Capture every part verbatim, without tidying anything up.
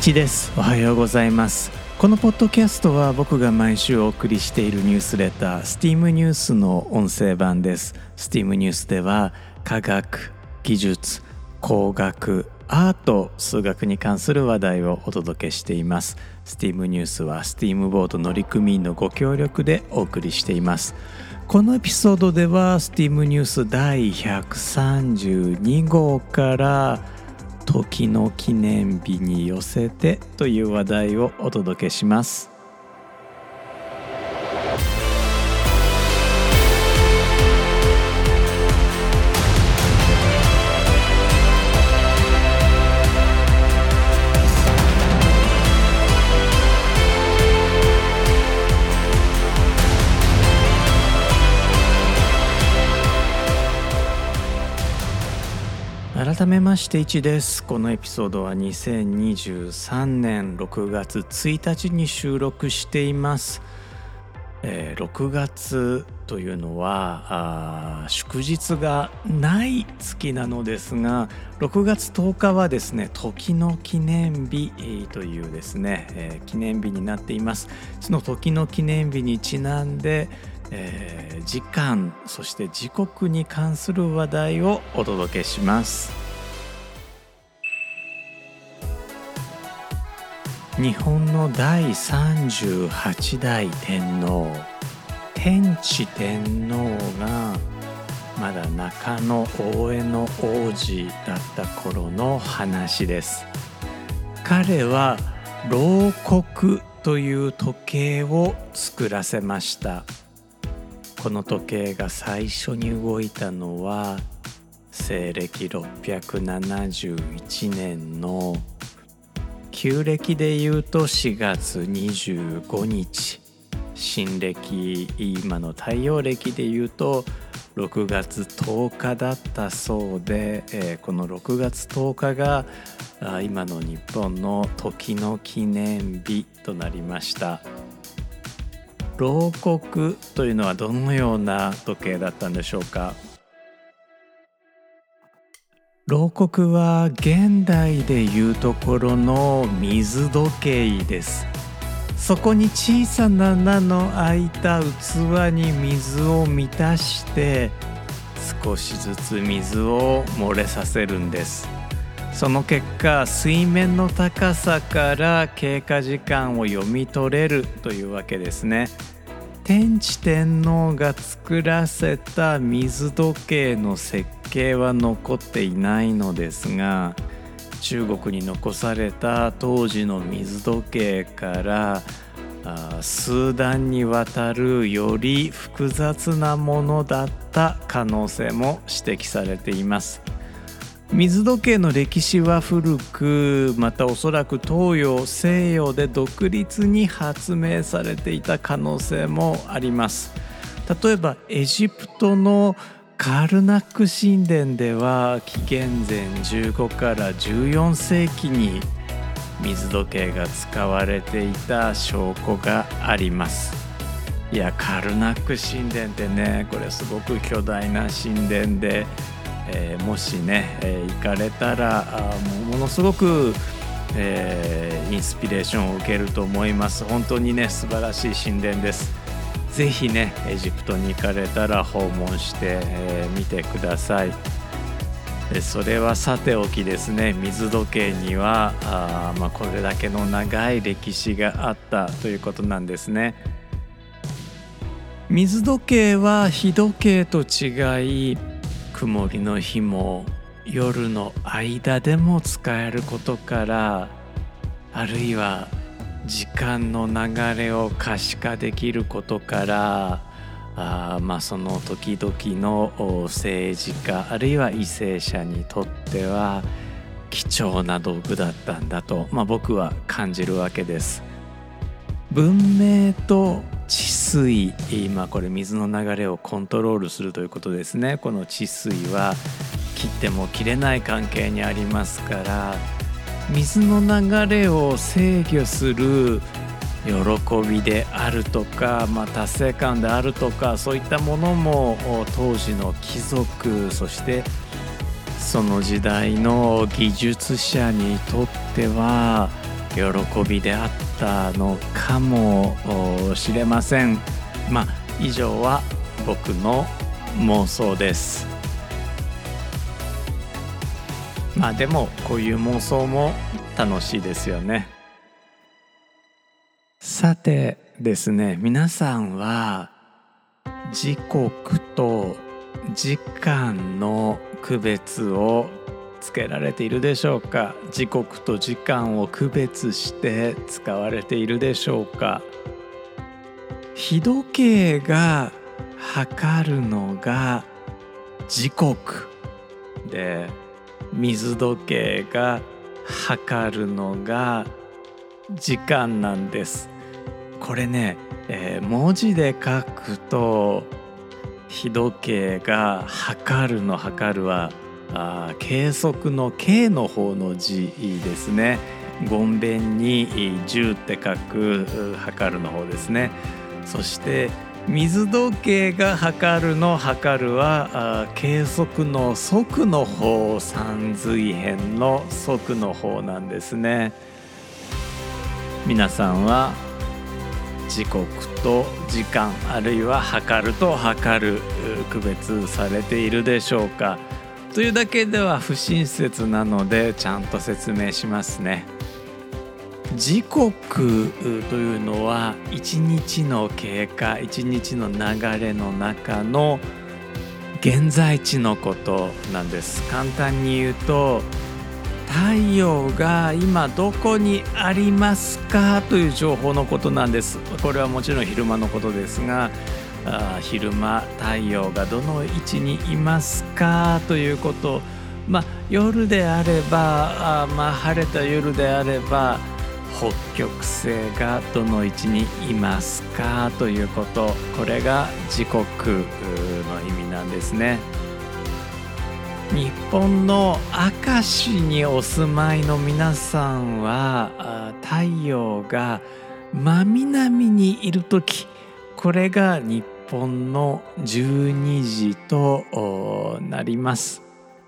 ちです。おはようございます。このポッドキャストは僕が毎週お送りしているニュースレター スティーム ニュースの音声版です。 スティーム ニュースでは科学、技術、工学、アート、数学に関する話題をお届けしています。 スティーム ニュースは スティーム ボード乗組員のご協力でお送りしています。このエピソードでは スティーム ニュースだいひゃくさんじゅうにごうから時の記念日に寄せてという話題をお届けします。改めましていちです。このエピソードはにせんにじゅうさんねんろくがつついたちに収録しています。えー、ろくがつというのはあ祝日がない月なのですが、ろくがつとおかはですね、時の記念日というですね、えー、記念日になっています。その時の記念日にちなんで、えー、時間そして時刻に関する話題をお届けします。日本のだいさんじゅうはちだい天皇天智天皇がまだ中野大江の王子だった頃の話です。彼は漏刻という時計を作らせました。この時計が最初に動いたのは西暦ろっぴゃくななじゅういちねんの旧暦でいうとしがつにじゅうごにち、新暦今の太陽暦でいうとろくがつとおかだったそうで、えー、このろくがつとおかが今の日本の時の記念日となりました。漏刻というのはどのような時計だったんでしょうか。漏刻は現代でいうところの水時計です。そこに小さな穴の開いた器に水を満たして少しずつ水を漏れさせるんです。その結果、水面の高さから経過時間を読み取れるというわけですね。天智天皇が作らせた水時計の設計は残っていないのですが、中国に残された当時の水時計からあ数段にわたるより複雑なものだった可能性も指摘されています。水時計の歴史は古く、またおそらく東洋西洋で独立に発明されていた可能性もあります。例えばエジプトのカルナック神殿では紀元前じゅうごからじゅうよんせいきに水時計が使われていた証拠があります。いや、カルナック神殿ってね、これすごく巨大な神殿で、えー、もしね、えー、行かれたらあものすごく、えー、インスピレーションを受けると思います。本当にね、素晴らしい神殿です。ぜひね、エジプトに行かれたら訪問して、えー、見てください。でそれはさておきですね、水時計にはあ、まあ、これだけの長い歴史があったということなんですね。水時計は日時計と違い、曇りの日も夜の間でも使えることから、あるいは時間の流れを可視化できることから、あまあその時々の政治家あるいは為政者にとっては貴重な道具だったんだと、まあ、僕は感じるわけです。文明と治水、今これ水の流れをコントロールするということですね。この治水は切っても切れない関係にありますから、水の流れを制御する喜びであるとか、まあ、達成感であるとか、そういったものも当時の貴族、そしてその時代の技術者にとっては喜びであったのかもしれません。まあ以上は僕の妄想です。まあでもこういう妄想も楽しいですよね。さてですね、皆さんは時刻と時間の区別をつけられているでしょうか。時刻と時間を区別して使われているでしょうか。日時計が測るのが時刻で、水時計が測るのが時間なんです。これね、えー、文字で書くと日時計が測るの測るはあ計測の計の方の字ですね。ごんべんにじゅうって書く測るの方ですね。そして水時計が測るの測るは計測の測の方、三髄辺の測の方なんですね。皆さんは時刻と時間、あるいは測ると測る区別されているでしょうか。というだけでは不親切なのでちゃんと説明しますね。時刻というのは一日の経過、一日の流れの中の現在地のことなんです。簡単に言うと、太陽が今どこにありますかという情報のことなんです。これはもちろん昼間のことですが、あ昼間太陽がどの位置にいますかということ、まあ夜であればあ、まあ、晴れた夜であれば北極星がどの位置にいますかということ、これが時刻の意味なんですね。日本の明石にお住まいの皆さんは太陽が真南にいるとき、これが日本のじゅうにじとなります。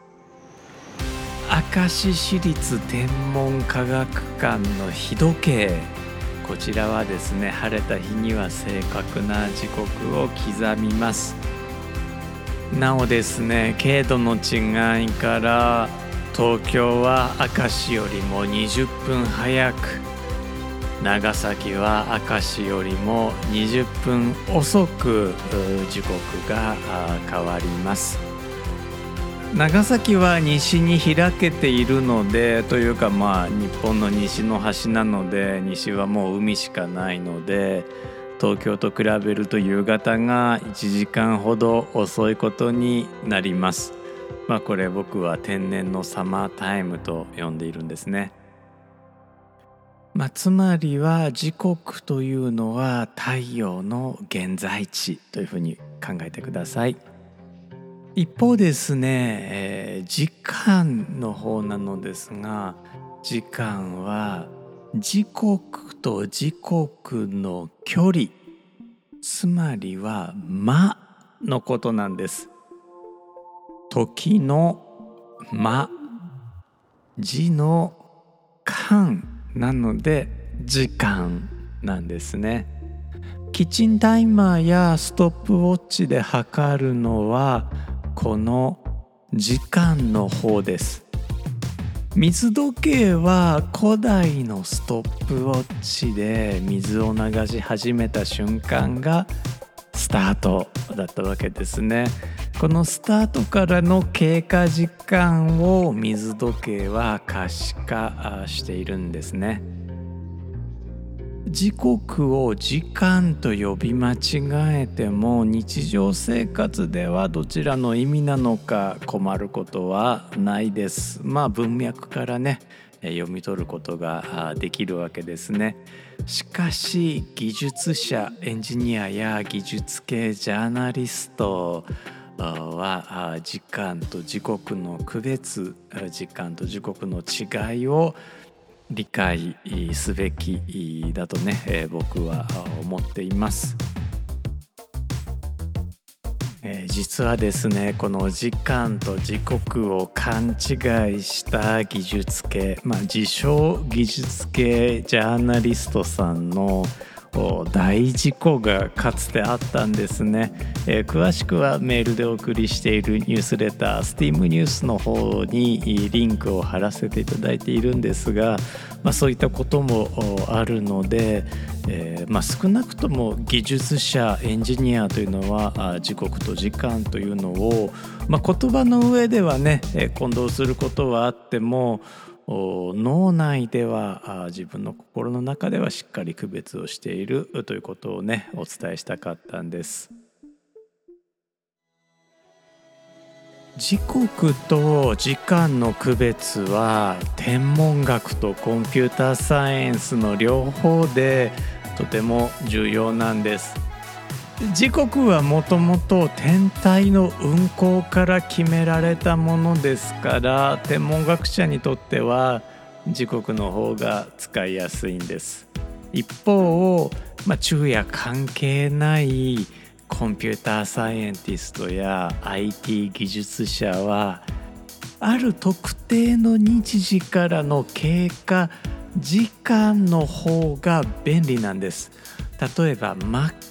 明石市立天文科学館の日時計、こちらはですね、晴れた日には正確な時刻を刻みます。なおですね、経度の違いから東京は明石よりもにじゅっぷん早く、長崎は明石よりもにじゅっぷん遅く時刻が変わります。長崎は西に開けているので、というかまあ日本の西の端なので、西はもう海しかないので、東京と比べると夕方がいちじかんほど遅いことになります。まあこれ僕は天然のサマータイムと呼んでいるんですね。まあ、つまりは時刻というのは太陽の現在地というふうに考えてください。一方ですね、えー、時間の方なのですが、時間は時刻と時刻の距離、つまりは間のことなんです。時の間、時の間なので時間なんですね。キッチンタイマーやストップウォッチで測るのはこの時間の方です。水時計は古代のストップウォッチで水を流し始めた瞬間がスタートだったわけですね。このスタートからの経過時間を水時計は可視化しているんですね。時刻を時間と呼び間違えても日常生活ではどちらの意味なのか困ることはないです。まあ文脈からね読み取ることができるわけですね。しかし技術者、エンジニアや技術系ジャーナリストは時間と時刻の区別、時間と時刻の違いを理解すべきだとね、僕は思っています。 えー実はですね、この時間と時刻を勘違いした技術系、まあ、自称技術系ジャーナリストさんのお大事故がかつてあったんですね。えー詳しくはメールでお送りしているニュースレター Steam ニュースの方にリンクを貼らせていただいているんですが、まあ、そういったこともおあるので、えーまあ、少なくとも技術者エンジニアというのはあ時刻と時間というのを、まあ、言葉の上ではね、えー混同することはあってもお脳内ではあ自分の心の中ではしっかり区別をしているということをねお伝えしたかったんです。時刻と時間の区別は天文学とコンピューターサイエンスの両方でとても重要なんです。時刻はもともと天体の運行から決められたものですから、天文学者にとっては時刻の方が使いやすいんです。一方、まあ、昼夜関係ないコンピューターサイエンティストや アイティー 技術者はある特定の日時からの経過時間の方が便利なんです。例えば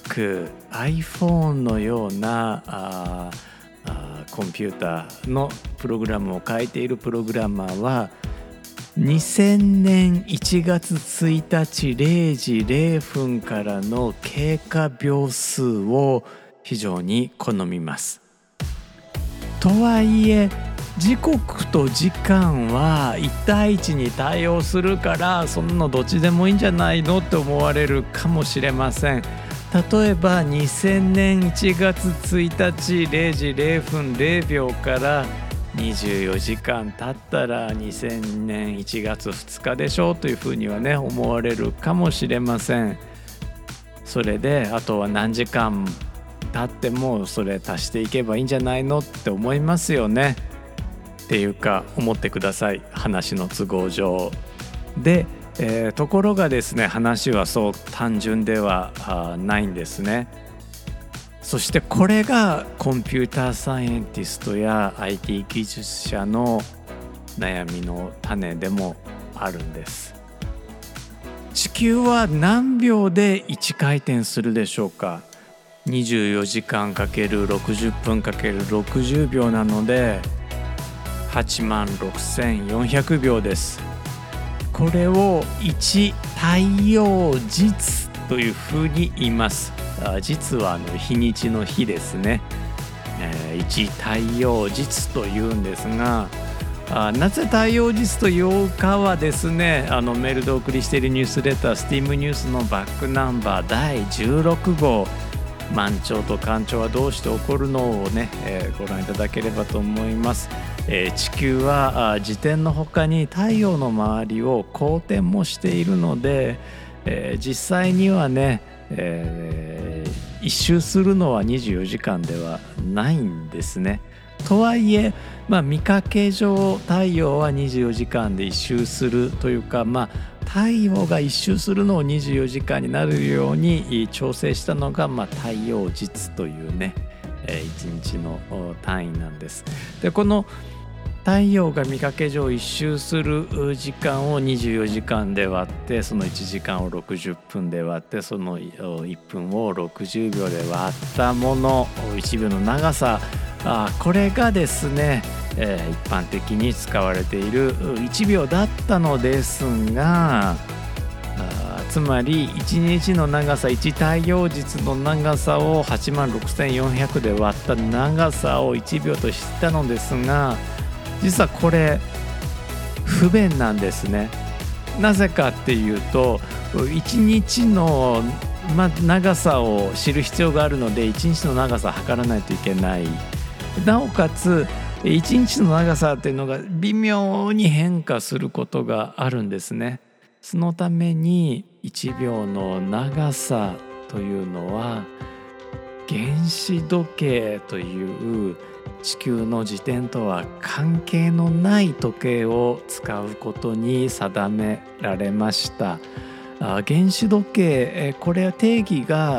Mac、iPhone のようなああコンピューターのプログラムを書いているプログラマーはにせんねんいちがつついたちれいじれいふんからの経過秒数を非常に好みます。とはいえ時刻と時間はいち対いちに対応するからそんなのどっちでもいいんじゃないのって思われるかもしれません。例えばにせんねんいちがつついたちれいじれいふんれいびょうからにじゅうよじかん経ったらにせんねんいちがつふつかでしょうというふうにはね思われるかもしれません。それであとは何時間経ってもそれ足していけばいいんじゃないのって思いますよね。っていうか思ってください、話の都合上で、えーところがですね、話はそう単純ではあないんですね。そしてこれがコンピューターサイエンティストや アイティー 技術者の悩みの種でもあるんです。地球は何秒でいちかい転するでしょうか。にじゅうよじかんかけるろくじゅっぷんかけるろくじゅうびょうなのではちまんろくせんよんひゃくびょうです。これをいち太陽実というふうに言います。あ実はあの日にちの日ですね、えー、いち太陽実というんですが、あなぜ太陽実というかはですね、あのメールでお送りしているニュースレター Steam ニュースのバックナンバーだいじゅうろくごう満潮と干潮はどうして起こるのをね、えーご覧いただければと思います。えー地球はあ自転の他に太陽の周りを公転もしているので、えー実際にはね、えー一周するのはにじゅうよじかんではないんですね。とはいえ、まあ、見かけ上太陽はにじゅうよじかんで一周するというか、まあ太陽が一周するのをにじゅうよじかんになるように調整したのが、まあ、太陽実というね、えー、いちにちの単位なんです。でこの太陽が見かけ上一周する時間をにじゅうよじかんで割って、そのいちじかんをろくじゅっぷんで割って、そのいっぷんをろくじゅうびょうで割ったもの、いちびょうの長さ、あこれがですね、えー一般的に使われているいちびょうだったのですが、あつまりいちにちの長さ、いち太陽実の長さをはちまんろくせんよんひゃくで割った長さをいちびょうとしたのですが、実はこれ不便なんですね。なぜかっていうといちにちの、ま、長さを知る必要があるので、いちにちの長さを測らないといけない。なおかついちにちの長さっていうのが微妙に変化することがあるんですね。そのためにいちびょうの長さというのは原子時計という地球の自転とは関係のない時計を使うことに定められました。あ原子時計、これは定義が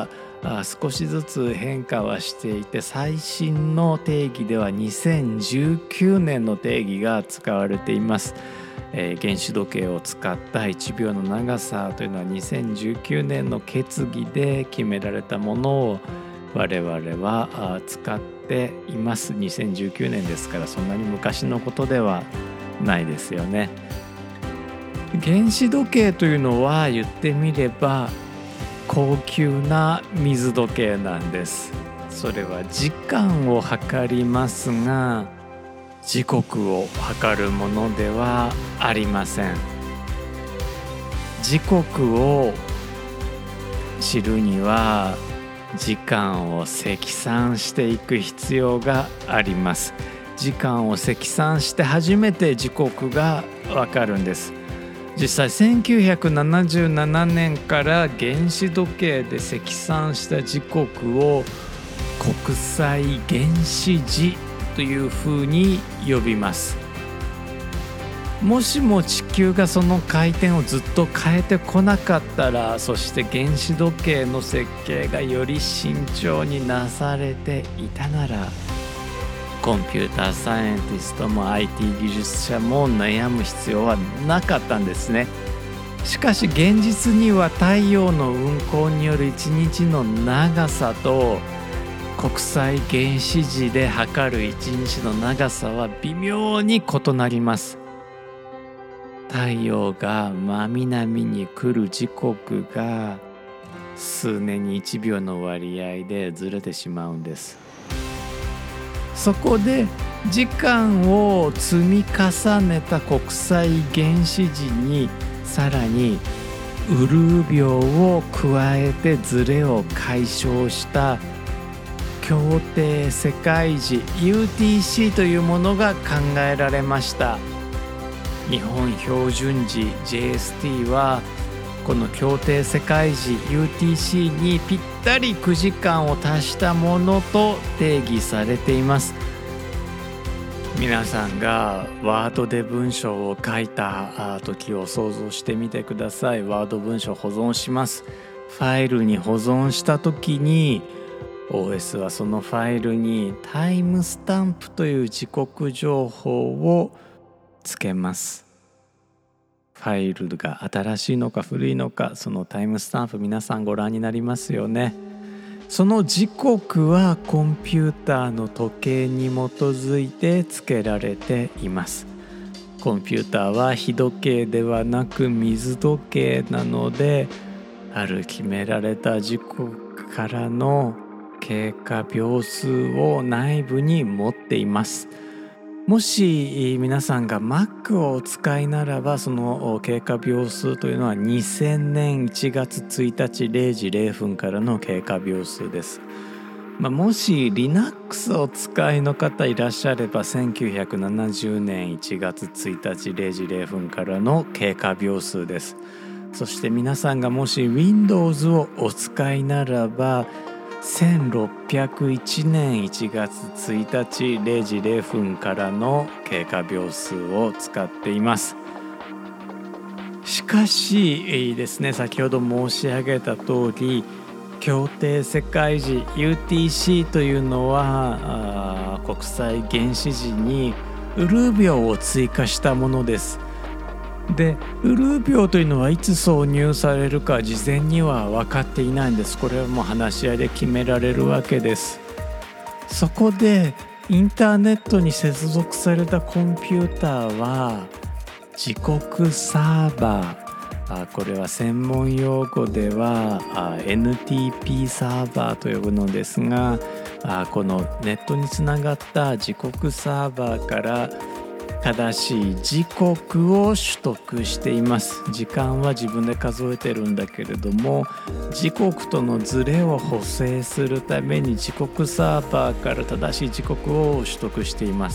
少しずつ変化はしていて、最新の定義ではにせんじゅうきゅうねんの定義が使われています。えー、原子時計を使ったいちびょうの長さというのはにせんじゅうきゅうねんの決議で決められたものを我々は使っています。にせんじゅうきゅうねんですから、そんなに昔のことではないですよね。原子時計というのは言ってみれば高級な水時計なんです。それは時間を計りますが、時刻を測るものではありません。時刻を知るには時間を積算していく必要があります。時間を積算して初めて時刻がわかるんです。実際せんきゅうひゃくななじゅうななねんから原子時計で積算した時刻を国際原子時というふうに呼びます。もしも地球がその回転をずっと変えてこなかったら、そして原子時計の設計がより慎重になされていたなら、コンピューターサイエンティストも アイティー 技術者も悩む必要はなかったんですね。しかし現実には太陽の運行によるいちにちの長さと国際原子時で測るいちにちの長さは微妙に異なります。太陽が真南に来る時刻が数年にいちびょうの割合でずれてしまうんです。そこで時間を積み重ねた国際原子時にさらにウルー秒を加えてズレを解消した協定世界時 ユーティーシー というものが考えられました。日本標準時 ジェイエスティー はこの協定世界時 ユーティーシー にぴったりくじかんを足したものと定義されています。皆さんがワードで文章を書いた時を想像してみてください。ワード文章を保存します。ファイルに保存した時に オーエス はそのファイルにタイムスタンプという時刻情報をつけます。ファイルが新しいのか古いのか、そのタイムスタンプ皆さんご覧になりますよね。その時刻はコンピューターの時計に基づいてつけられています。コンピューターは日時計ではなく水時計なので、ある決められた時刻からの経過秒数を内部に持っています。もし皆さんが Mac をお使いならば、その経過秒数というのはにせんねんいちがつついたちれいじれいふんからの経過秒数です。まあ、もし Linux をお使いの方いらっしゃれば、せんきゅうひゃくななじゅうねんいちがつついたちれいじれいふんからの経過秒数です。そして皆さんがもし Windows をお使いならば、せんろっぴゃくいちねんいちがつついたちれいじれいふんからの経過秒数を使っています。しかしですね、先ほど申し上げた通り、協定世界時 ユーティーシー というのは国際原子時にウルー秒を追加したものです。で、ウルー秒というのはいつ挿入されるか事前には分かっていないんです。これはもう話し合いで決められるわけです。そこでインターネットに接続されたコンピューターは時刻サーバー、あこれは専門用語ではあ エヌティーピー サーバーと呼ぶのですが、あこのネットにつながった時刻サーバーから正しい時刻を取得しています。時間は自分で数えてるんだけれども、時刻とのズレを補正するために時刻サーバーから正しい時刻を取得しています。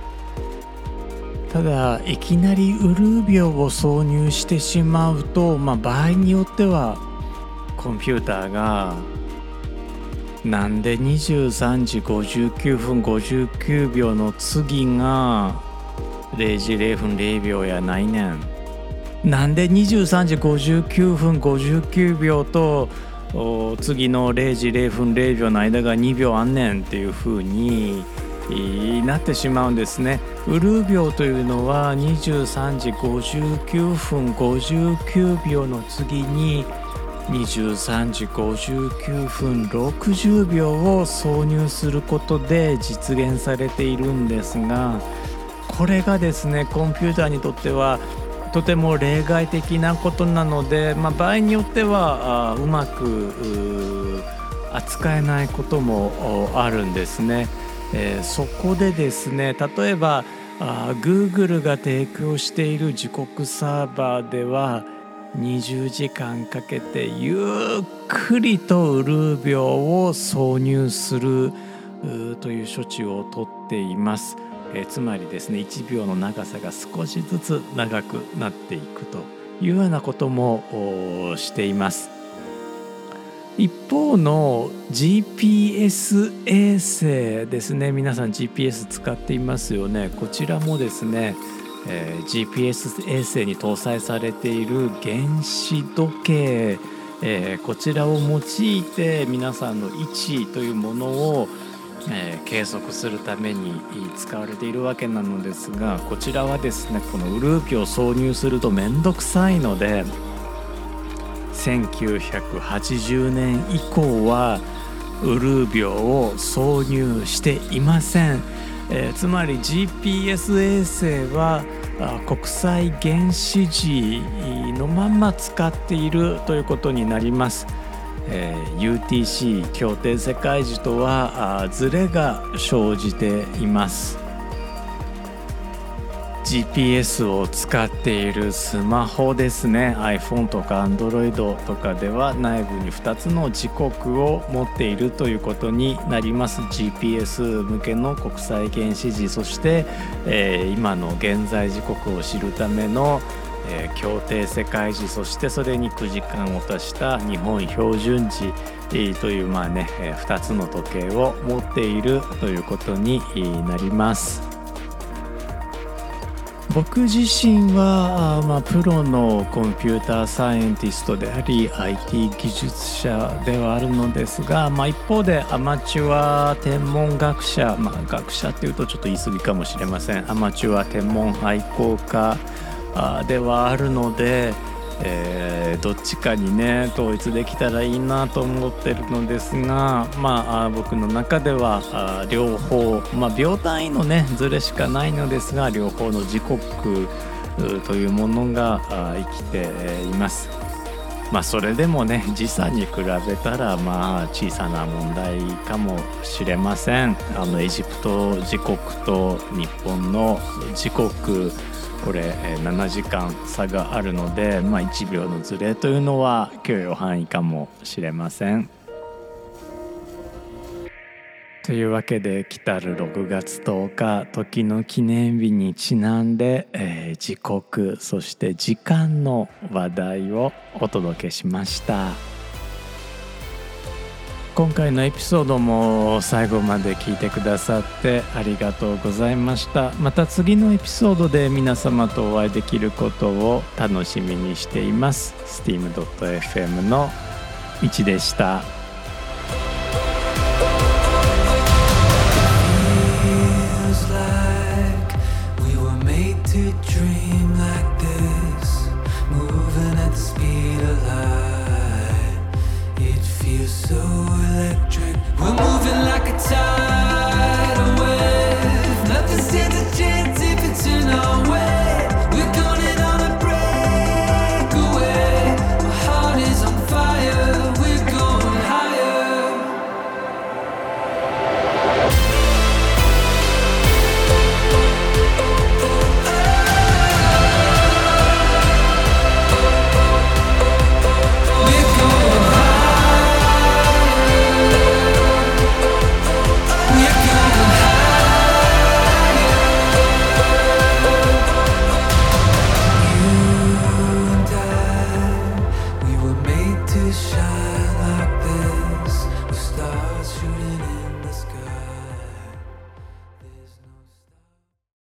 ただいきなりウルー秒を挿入してしまうと、まあ、場合によってはコンピューターがなんでにじゅうさんじごじゅうきゅうふんごじゅうきゅうびょうの次がれいじれいふんれいびょうやないねん、なんでにじゅうさんじごじゅうきゅうふんごじゅうきゅうびょうと次のれいじぜろふんぜろびょうの間がにびょうあんねんっていう風になってしまうんですね。ウルー秒というのはにじゅうさんじごじゅうきゅうふんごじゅうきゅうびょうの次ににじゅうさんじごじゅうきゅうふんろくじゅうびょうを挿入することで実現されているんですが、これがですねコンピューターにとってはとても例外的なことなので、まあ、場合によってはあうまく扱えないこともあるんですね。えー、そこでですね例えばあ Google が提供している時刻サーバーではにじゅうじかんかけてゆっくりとウルー秒を挿入するという処置をとっています。えー、つまりですねいちびょうの長さが少しずつ長くなっていくというようなこともしています。一方の ジーピーエス 衛星ですね、皆さん ジーピーエス 使っていますよね。こちらもですね、えー、ジーピーエス 衛星に搭載されている原子時計、えー、こちらを用いて皆さんの位置というものを、えー、計測するために使われているわけなのですが、こちらはですねこのウルー秒を挿入するとめんどくさいのでせんきゅうひゃくはちじゅうねん以降はウルー秒を挿入していません。えー、つまり ジーピーエス 衛星は国際原子時のまんま使っているということになります。えー、ユーティーシー 協定世界時とはズレが生じています。ジーピーエス を使っているスマホですね iPhone とか Android とかでは内部にふたつの時刻を持っているということになります。 ジーピーエス 向けの国際原子時、そして、えー、今の現在時刻を知るための、えー、協定世界時、そしてそれにくじかんを足した日本標準時というまあねふたつの時計を持っているということになります。僕自身は、まあ、プロのコンピューターサイエンティストであり アイティー 技術者ではあるのですが、まあ、一方でアマチュア天文学者、まあ、学者っていうとちょっと言い過ぎかもしれません。アマチュア天文愛好家ではあるので、えー、どっちかにね統一できたらいいなと思ってるのですが、まあ僕の中ではあ両方、まあ、秒単位のねズレしかないのですが両方の時刻というものが生きています。まあそれでもね時差に比べたらまあ小さな問題かもしれません。あのエジプト時刻と日本の時刻これななじかん差があるので、まあ、いちびょうのズレというのは許容範囲かもしれません。というわけで来たるろくがつとおか時の記念日にちなんで、えー、時刻そして時間の話題をお届けしました。今回のエピソードも最後まで聞いてくださってありがとうございました。また次のエピソードで皆様とお会いできることを楽しみにしています。スティームドットエフエム のいちでした。Feels like we were made to dream